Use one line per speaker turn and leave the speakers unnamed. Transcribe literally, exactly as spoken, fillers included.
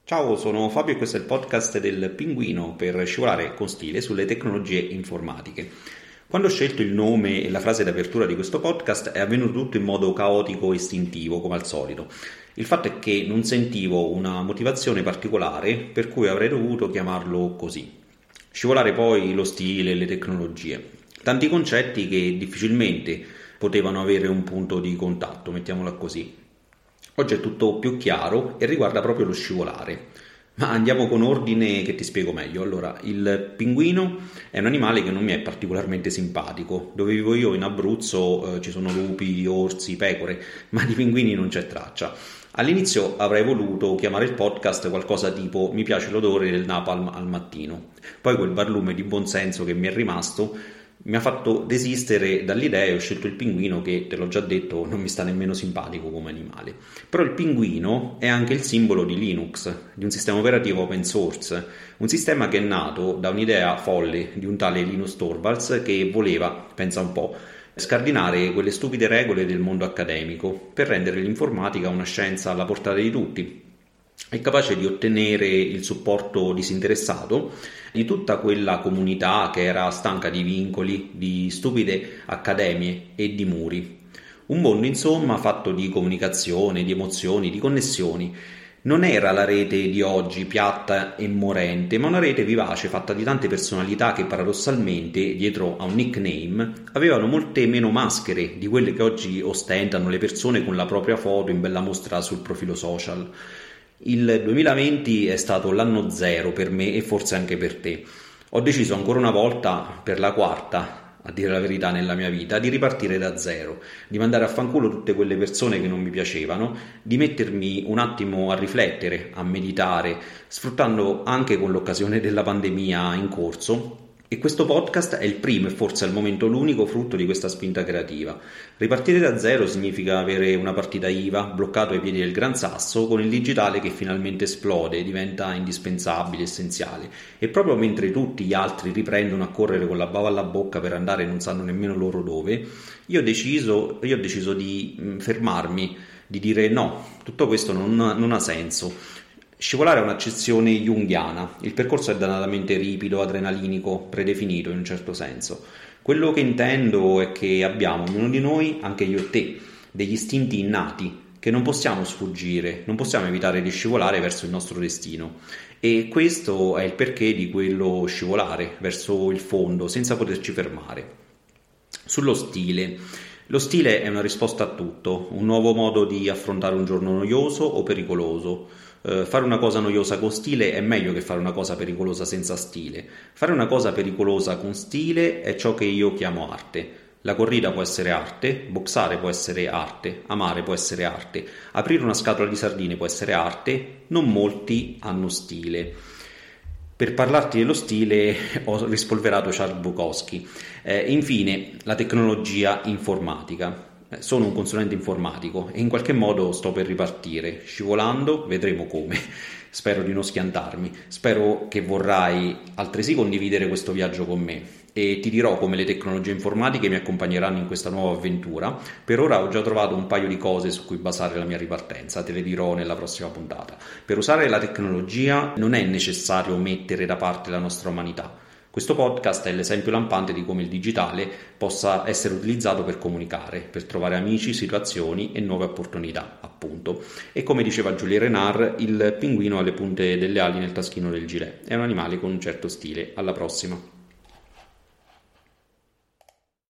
Ciao, sono Fabio e questo è il podcast del Pinguino per scivolare con stile sulle tecnologie informatiche. Quando ho scelto il nome e la frase d'apertura di questo podcast è avvenuto tutto in modo caotico e istintivo, come al solito. Il fatto è che non sentivo una motivazione particolare per cui avrei dovuto chiamarlo così. Scivolare poi lo stile e le tecnologie. Tanti concetti che difficilmente potevano avere un punto di contatto, mettiamola così. Oggi è tutto più chiaro e riguarda proprio lo scivolare. Ma andiamo con ordine che ti spiego meglio. Allora, il pinguino è un animale che non mi è particolarmente simpatico. Dove vivo io in Abruzzo eh, ci sono lupi, orsi, pecore, ma di pinguini non c'è traccia. All'inizio avrei voluto chiamare il podcast qualcosa tipo "Mi piace l'odore del napalm al mattino". Poi quel barlume di buonsenso che mi è rimasto mi ha fatto desistere dall'idea e ho scelto il pinguino che, te l'ho già detto, non mi sta nemmeno simpatico come animale. Però il pinguino è anche il simbolo di Linux, di un sistema operativo open source, un sistema che è nato da un'idea folle di un tale Linus Torvalds che voleva, pensa un po', scardinare quelle stupide regole del mondo accademico per rendere l'informatica una scienza alla portata di tutti. È capace di ottenere il supporto disinteressato di tutta quella comunità che era stanca di vincoli, di stupide accademie e di muri. Un mondo, insomma, fatto di comunicazione, di emozioni, di connessioni. Non era la rete di oggi piatta e morente, ma una rete vivace fatta di tante personalità che paradossalmente, dietro a un nickname, avevano molte meno maschere di quelle che oggi ostentano le persone con la propria foto in bella mostra sul profilo social. Il duemilaventi è stato l'anno zero per me e forse anche per te. Ho deciso ancora una volta, per la quarta, a dire la verità nella mia vita, di ripartire da zero, di mandare a fanculo tutte quelle persone che non mi piacevano, di mettermi un attimo a riflettere, a meditare, sfruttando anche con l'occasione della pandemia in corso. E questo podcast è il primo e forse al momento l'unico frutto di questa spinta creativa. Ripartire da zero significa avere una partita I V A bloccato ai piedi del gran sasso con il digitale che finalmente esplode, diventa indispensabile, essenziale. E proprio mentre tutti gli altri riprendono a correre con la bava alla bocca per andare non sanno nemmeno loro dove, io ho deciso, io ho deciso di fermarmi, di dire no, tutto questo non, non ha senso. Scivolare è un'accezione junghiana, il percorso è dannatamente ripido, adrenalinico, predefinito in un certo senso. Quello che intendo è che abbiamo, ognuno di noi, anche io e te, degli istinti innati che non possiamo sfuggire, non possiamo evitare di scivolare verso il nostro destino. E questo è il perché di quello scivolare verso il fondo, senza poterci fermare. Sullo stile. Lo stile è una risposta a tutto, un nuovo modo di affrontare un giorno noioso o pericoloso. Uh, fare una cosa noiosa con stile è meglio che fare una cosa pericolosa senza stile. Fare una cosa pericolosa con stile è ciò che io chiamo arte. La corrida può essere arte, boxare può essere arte, amare può essere arte, aprire una scatola di sardine può essere arte, non molti hanno stile. Per parlarti dello stile ho rispolverato Charles Bukowski. Eh, infine, la tecnologia informatica. Sono un consulente informatico e in qualche modo sto per ripartire, scivolando, vedremo come. Spero di non schiantarmi, spero che vorrai altresì condividere questo viaggio con me e ti dirò come le tecnologie informatiche mi accompagneranno in questa nuova avventura. Per ora ho già trovato un paio di cose su cui basare la mia ripartenza, te le dirò nella prossima puntata. Per usare la tecnologia non è necessario mettere da parte la nostra umanità. Questo podcast è l'esempio lampante di come il digitale possa essere utilizzato per comunicare, per trovare amici, situazioni e nuove opportunità, appunto. E come diceva Julie Renard, il pinguino ha le punte delle ali nel taschino del gilet. È un animale con un certo stile. Alla prossima.